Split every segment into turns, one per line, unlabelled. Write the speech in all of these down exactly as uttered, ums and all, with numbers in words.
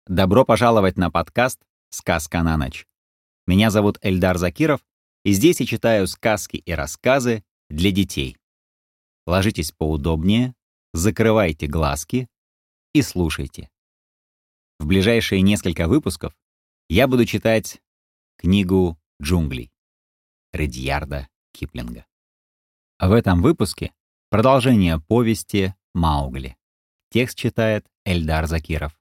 Добро пожаловать на подкаст «Сказка на ночь». Меня зовут Эльдар Закиров, и здесь я читаю сказки и рассказы для детей. Ложитесь поудобнее, закрывайте глазки и слушайте. В ближайшие несколько выпусков я буду читать книгу «Джунгли» Редьярда Киплинга. В этом выпуске продолжение повести «Маугли». Текст читает Эльдар Закиров.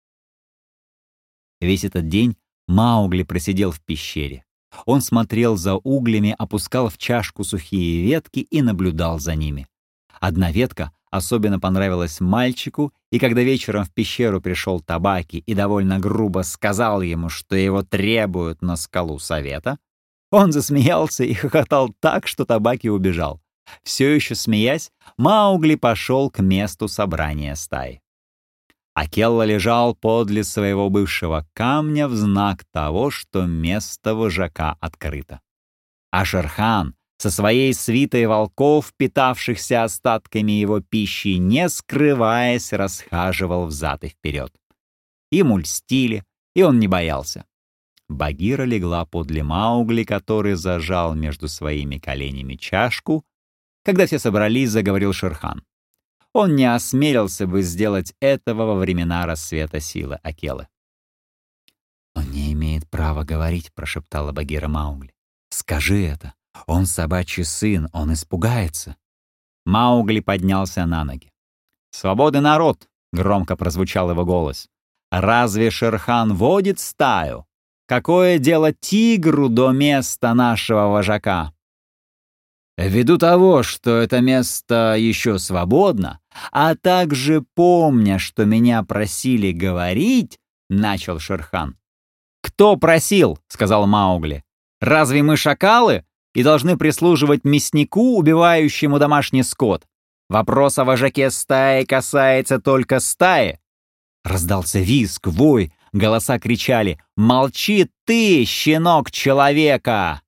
Весь этот день Маугли просидел в пещере. Он смотрел за углями, опускал в чашку сухие ветки и наблюдал за ними. Одна ветка особенно понравилась мальчику, и когда вечером в пещеру пришел Табаки и довольно грубо сказал ему, что его требуют на скалу совета, он засмеялся и хохотал так, что Табаки убежал. Все еще смеясь, Маугли пошел к месту собрания стаи. Акелла лежал подле своего бывшего камня в знак того, что место вожака открыто. А Шер-хан со своей свитой волков, питавшихся остатками его пищи, не скрываясь, расхаживал взад и вперед. Ему льстили, и он не боялся. Багира легла подле Маугли, который зажал между своими коленями чашку. Когда все собрались, заговорил Шер-хан. Он не осмелился бы сделать этого во времена рассвета силы Акеллы. «Он не имеет права говорить», — прошептала Багира Маугли. «Скажи это. Он собачий сын, он испугается». Маугли поднялся на ноги. «Свободный народ!» — громко прозвучал его голос. «Разве Шер-хан водит стаю? Какое дело тигру до места нашего вожака?» «Ввиду того, что это место еще свободно, а также помня, что меня просили говорить», — начал Шер-хан. «Кто просил?» — сказал Маугли. «Разве мы шакалы и должны прислуживать мяснику, убивающему домашний скот? Вопрос о вожаке стаи касается только стаи». Раздался визг, вой, голоса кричали: «Молчи ты, щенок человека!»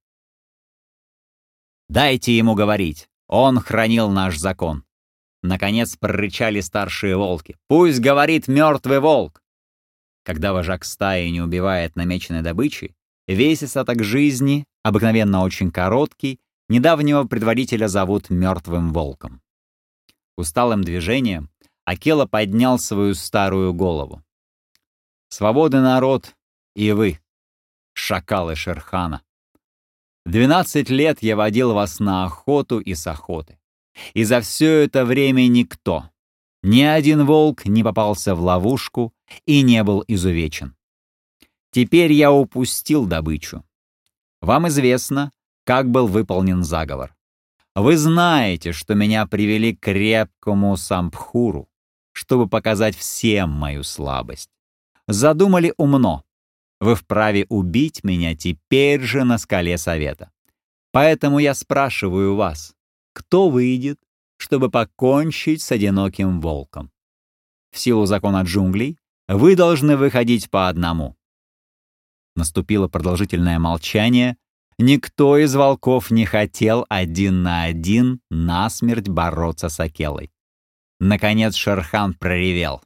«Дайте ему говорить. Он хранил наш закон». Наконец прорычали старшие волки. «Пусть говорит мертвый волк!» Когда вожак стаи не убивает намеченной добычи, весь остаток жизни, обыкновенно очень короткий, недавнего предводителя зовут мертвым волком. Усталым движением Акелла поднял свою старую голову. «Свободный народ и вы, шакалы Шер-хана. Двенадцать лет я водил вас на охоту и с охоты. И за все это время никто, ни один волк не попался в ловушку и не был изувечен. Теперь я упустил добычу. Вам известно, как был выполнен заговор. Вы знаете, что меня привели к крепкому самбхуру, чтобы показать всем мою слабость. Задумали умно. Вы вправе убить меня теперь же на скале совета. Поэтому я спрашиваю вас, кто выйдет, чтобы покончить с одиноким волком? В силу закона джунглей вы должны выходить по одному». Наступило продолжительное молчание. Никто из волков не хотел один на один насмерть бороться с Акеллой. Наконец Шер-хан проревел: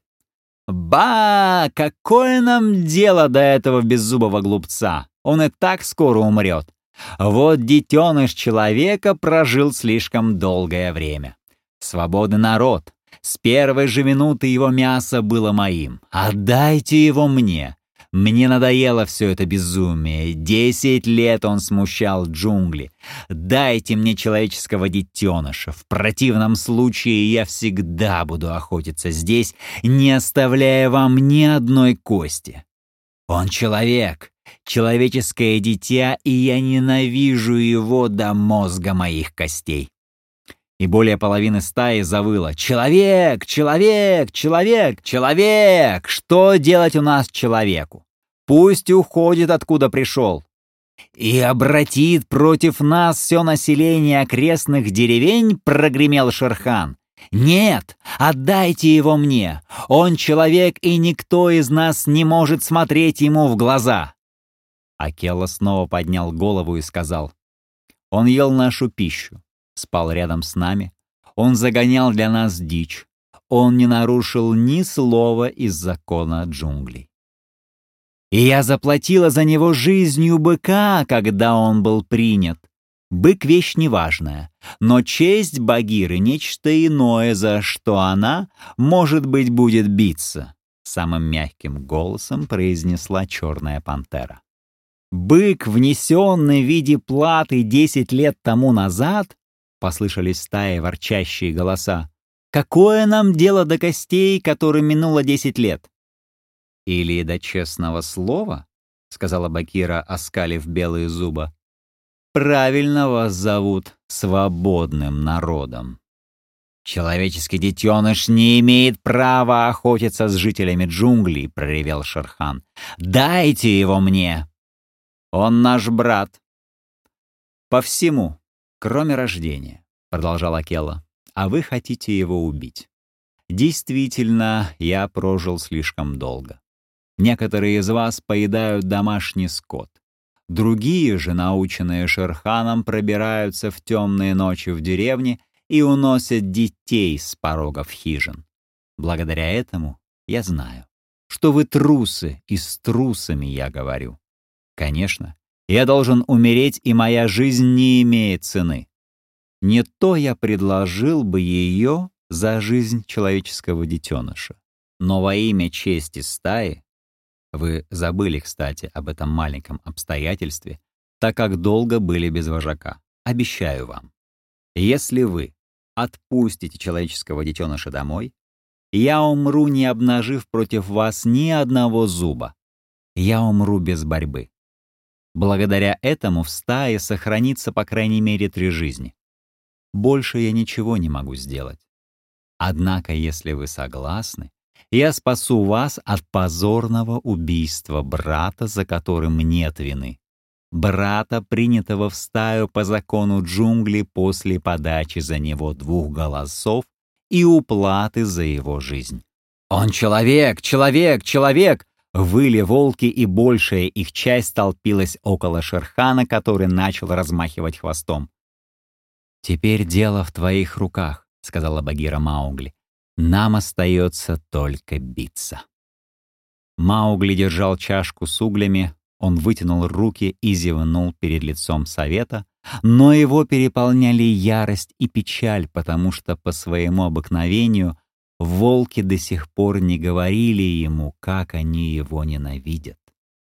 «Ба! Какое нам дело до этого беззубого глупца? Он и так скоро умрет. Вот детеныш человека прожил слишком долгое время. Свободный народ. С первой же минуты его мясо было моим. Отдайте его мне. Мне надоело все это безумие. Десять лет он смущал джунгли. Дайте мне человеческого детеныша. В противном случае я всегда буду охотиться здесь, не оставляя вам ни одной кости. Он человек, человеческое дитя, и я ненавижу его до мозга моих костей». И более половины стаи завыло: «Человек! Человек! Человек! Человек! Что делать у нас человеку? Пусть уходит, откуда пришел. И обратит против нас все население окрестных деревень», — прогремел Шер-хан. «Нет, отдайте его мне. Он человек, и никто из нас не может смотреть ему в глаза». Акелла снова поднял голову и сказал: «Он ел нашу пищу, спал рядом с нами, он загонял для нас дичь, он не нарушил ни слова из закона джунглей. И я заплатила за него жизнью быка, когда он был принят. Бык — вещь неважная, но честь Багиры — нечто иное, за что она, может быть, будет биться», — самым мягким голосом произнесла черная пантера. «Бык, внесенный в виде платы десять лет тому назад», — послышались стаи ворчащие голоса, «какое нам дело до костей, которым минуло десять лет?» «Или до честного слова?» — сказала Багира, оскалив белые зубы. «Правильно вас зовут свободным народом. Человеческий детеныш не имеет права охотиться с жителями джунглей», — проревел Шер-хан. «Дайте его мне! Он наш брат». «По всему, кроме рождения», — продолжал Акела, «а вы хотите его убить. Действительно, я прожил слишком долго. Некоторые из вас поедают домашний скот. Другие же, наученные Шер-ханом, пробираются в темные ночи в деревне и уносят детей с порогов хижин. Благодаря этому я знаю, что вы трусы, и с трусами я говорю. Конечно, я должен умереть, и моя жизнь не имеет цены. Не то я предложил бы ее за жизнь человеческого детеныша. Но во имя чести стаи, вы забыли, кстати, об этом маленьком обстоятельстве, так как долго были без вожака. Обещаю вам, если вы отпустите человеческого детеныша домой, я умру, не обнажив против вас ни одного зуба. Я умру без борьбы. Благодаря этому в стае сохранится по крайней мере три жизни. Больше я ничего не могу сделать. Однако, если вы согласны, я спасу вас от позорного убийства брата, за которым нет вины. Брата, принятого в стаю по закону джунглей после подачи за него двух голосов и уплаты за его жизнь. «Он человек! Человек! Человек!» Выли волки, и большая их часть толпилась около Шер-хана, который начал размахивать хвостом. «Теперь дело в твоих руках», — сказала Багира Маугли. «Нам остается только биться». Маугли держал чашку с углями, он вытянул руки и зевнул перед лицом совета, но его переполняли ярость и печаль, потому что по своему обыкновению волки до сих пор не говорили ему, как они его ненавидят.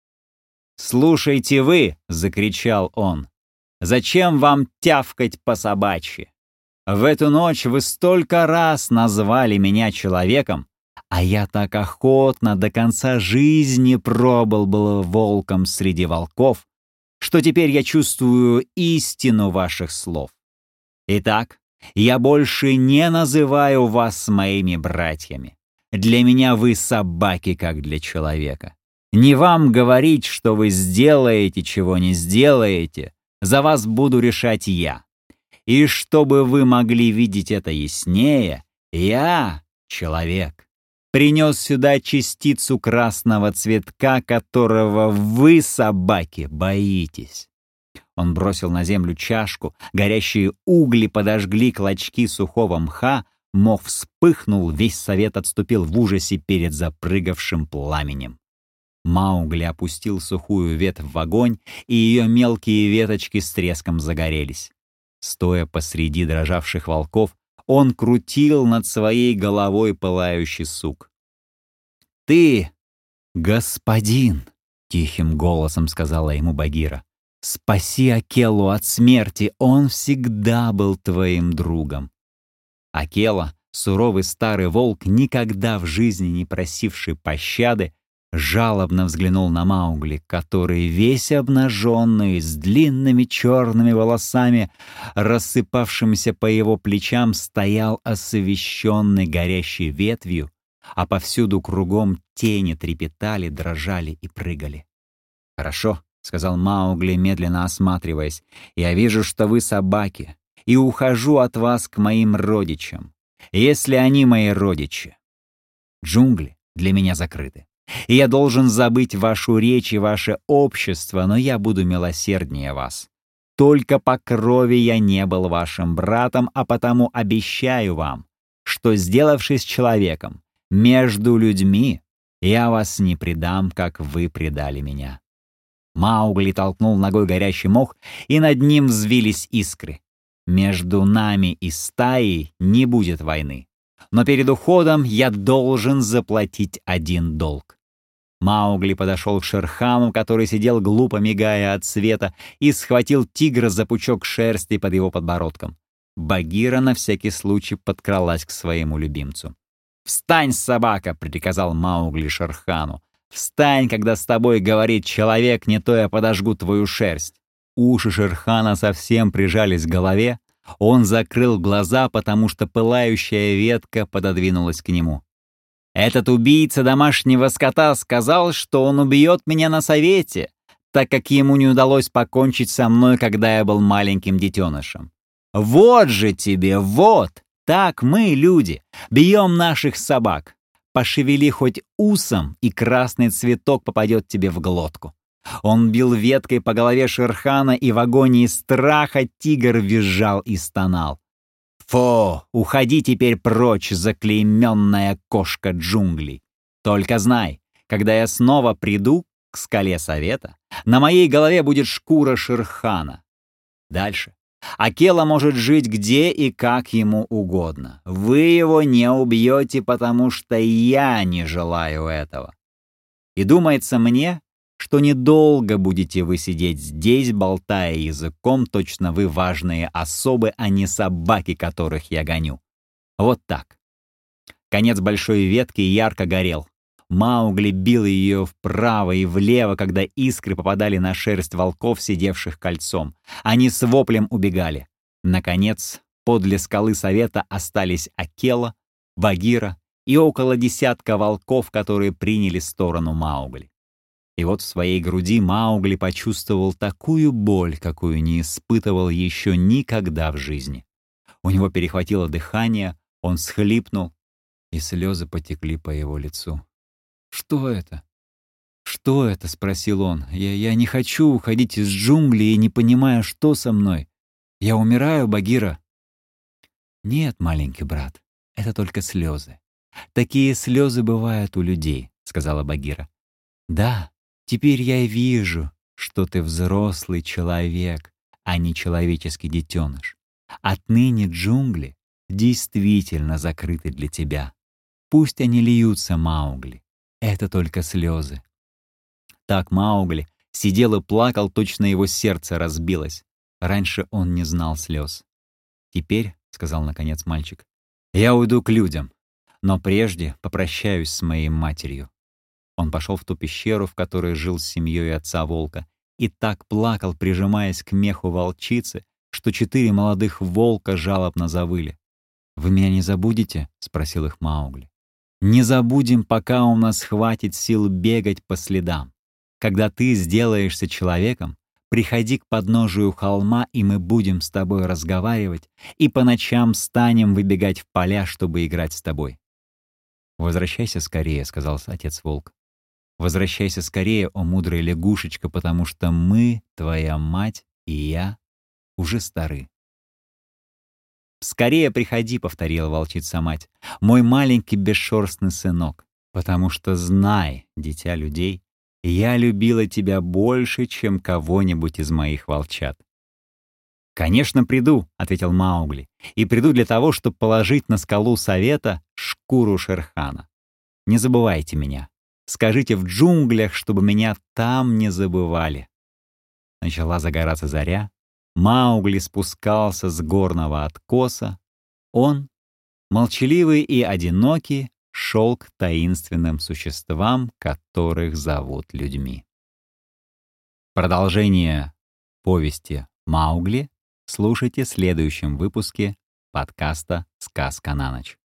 «Слушайте вы!» — закричал он. «Зачем вам тявкать по-собачьи? В эту ночь вы столько раз назвали меня человеком, а я так охотно до конца жизни пробыл был волком среди волков, что теперь я чувствую истину ваших слов. Итак, я больше не называю вас моими братьями. Для меня вы собаки, как для человека. Не вам говорить, что вы сделаете, чего не сделаете, за вас буду решать я. И чтобы вы могли видеть это яснее, я, человек, принес сюда частицу красного цветка, которого вы, собаки, боитесь». Он бросил на землю чашку, горящие угли подожгли клочки сухого мха, мох вспыхнул, весь совет отступил в ужасе перед запрыгавшим пламенем. Маугли опустил сухую ветвь в огонь, и ее мелкие веточки с треском загорелись. Стоя посреди дрожавших волков, он крутил над своей головой пылающий сук. «Ты, господин!» — тихим голосом сказала ему Багира. «Спаси Акелу от смерти, он всегда был твоим другом». Акела, суровый старый волк, никогда в жизни не просивший пощады, жалобно взглянул на Маугли, который, весь обнаженный, с длинными черными волосами, рассыпавшимися по его плечам, стоял освещенный горящей ветвью, а повсюду кругом тени трепетали, дрожали и прыгали. «Хорошо», — сказал Маугли, медленно осматриваясь, — «я вижу, что вы собаки, и ухожу от вас к моим родичам, если они мои родичи. Джунгли для меня закрыты. И я должен забыть вашу речь и ваше общество, но я буду милосерднее вас. Только по крови я не был вашим братом, а потому обещаю вам, что, сделавшись человеком, между людьми Я вас не предам, как вы предали меня». Маугли толкнул ногой горящий мох, и над ним взвились искры. «Между нами и стаей не будет войны. Но перед уходом я должен заплатить один долг». Маугли подошел к Шерхану, который сидел глупо мигая от света, и схватил тигра за пучок шерсти под его подбородком. Багира на всякий случай подкралась к своему любимцу. «Встань, собака!» — приказал Маугли Шерхану. «Встань, когда с тобой говорит человек, не то я подожгу твою шерсть». Уши Шерхана совсем прижались к голове. Он закрыл глаза, потому что пылающая ветка пододвинулась к нему. «Этот убийца домашнего скота сказал, что он убьет меня на совете, так как ему не удалось покончить со мной, когда я был маленьким детенышем. Вот же тебе, вот! Так мы, люди, бьем наших собак. Пошевели хоть усом, и красный цветок попадет тебе в глотку». Он бил веткой по голове Шерхана, и в агонии страха тигр визжал и стонал. «Фу! Уходи теперь прочь, заклейменная кошка джунглей! Только знай, когда я снова приду к скале совета, на моей голове будет шкура Шерхана. Дальше. Акела может жить где и как ему угодно. Вы его не убьете, потому что я не желаю этого. И думается мне, что недолго будете вы сидеть здесь, болтая языком, точно вы важные особы, а не собаки, которых я гоню. Вот так». Конец большой ветки ярко горел. Маугли бил ее вправо и влево, когда искры попадали на шерсть волков, сидевших кольцом. Они с воплем убегали. Наконец, подле скалы совета остались Акела, Багира и около десятка волков, которые приняли сторону Маугли. И вот в своей груди Маугли почувствовал такую боль, какую не испытывал еще никогда в жизни. У него перехватило дыхание, он всхлипнул, и слезы потекли по его лицу. «Что это? Что это?» — спросил он. «Я, я не хочу уходить из джунглей и не понимаю, что со мной. Я умираю, Багира?» «Нет, маленький брат, это только слезы. Такие слезы бывают у людей», — сказала Багира. «Да, теперь я вижу, что ты взрослый человек, а не человеческий детеныш. Отныне джунгли действительно закрыты для тебя. Пусть они льются, Маугли. Это только слезы». Так Маугли сидел и плакал, точно его сердце разбилось. Раньше он не знал слез. «Теперь, — сказал наконец мальчик, — я уйду к людям, но прежде попрощаюсь с моей матерью». Он пошел в ту пещеру, в которой жил с семьей отца волка, и так плакал, прижимаясь к меху волчицы, что четыре молодых волка жалобно завыли. «Вы меня не забудете?» — спросил их Маугли. «Не забудем, пока у нас хватит сил бегать по следам. Когда ты сделаешься человеком, приходи к подножию холма, и мы будем с тобой разговаривать, и по ночам станем выбегать в поля, чтобы играть с тобой». «Возвращайся скорее», — сказал отец волк. «Возвращайся скорее, о мудрая лягушечка, потому что мы, твоя мать и я, уже стары». «Скорее приходи», — повторила волчица-мать, «мой маленький бесшерстный сынок, потому что знай, дитя людей, я любила тебя больше, чем кого-нибудь из моих волчат». «Конечно, приду», — ответил Маугли, «и приду для того, чтобы положить на скалу совета шкуру Шерхана. Не забывайте меня. Скажите в джунглях, чтобы меня там не забывали». Начала загораться заря. Маугли спускался с горного откоса. Он, молчаливый и одинокий, шел к таинственным существам, которых зовут людьми. Продолжение повести «Маугли» слушайте в следующем выпуске подкаста «Сказка на ночь».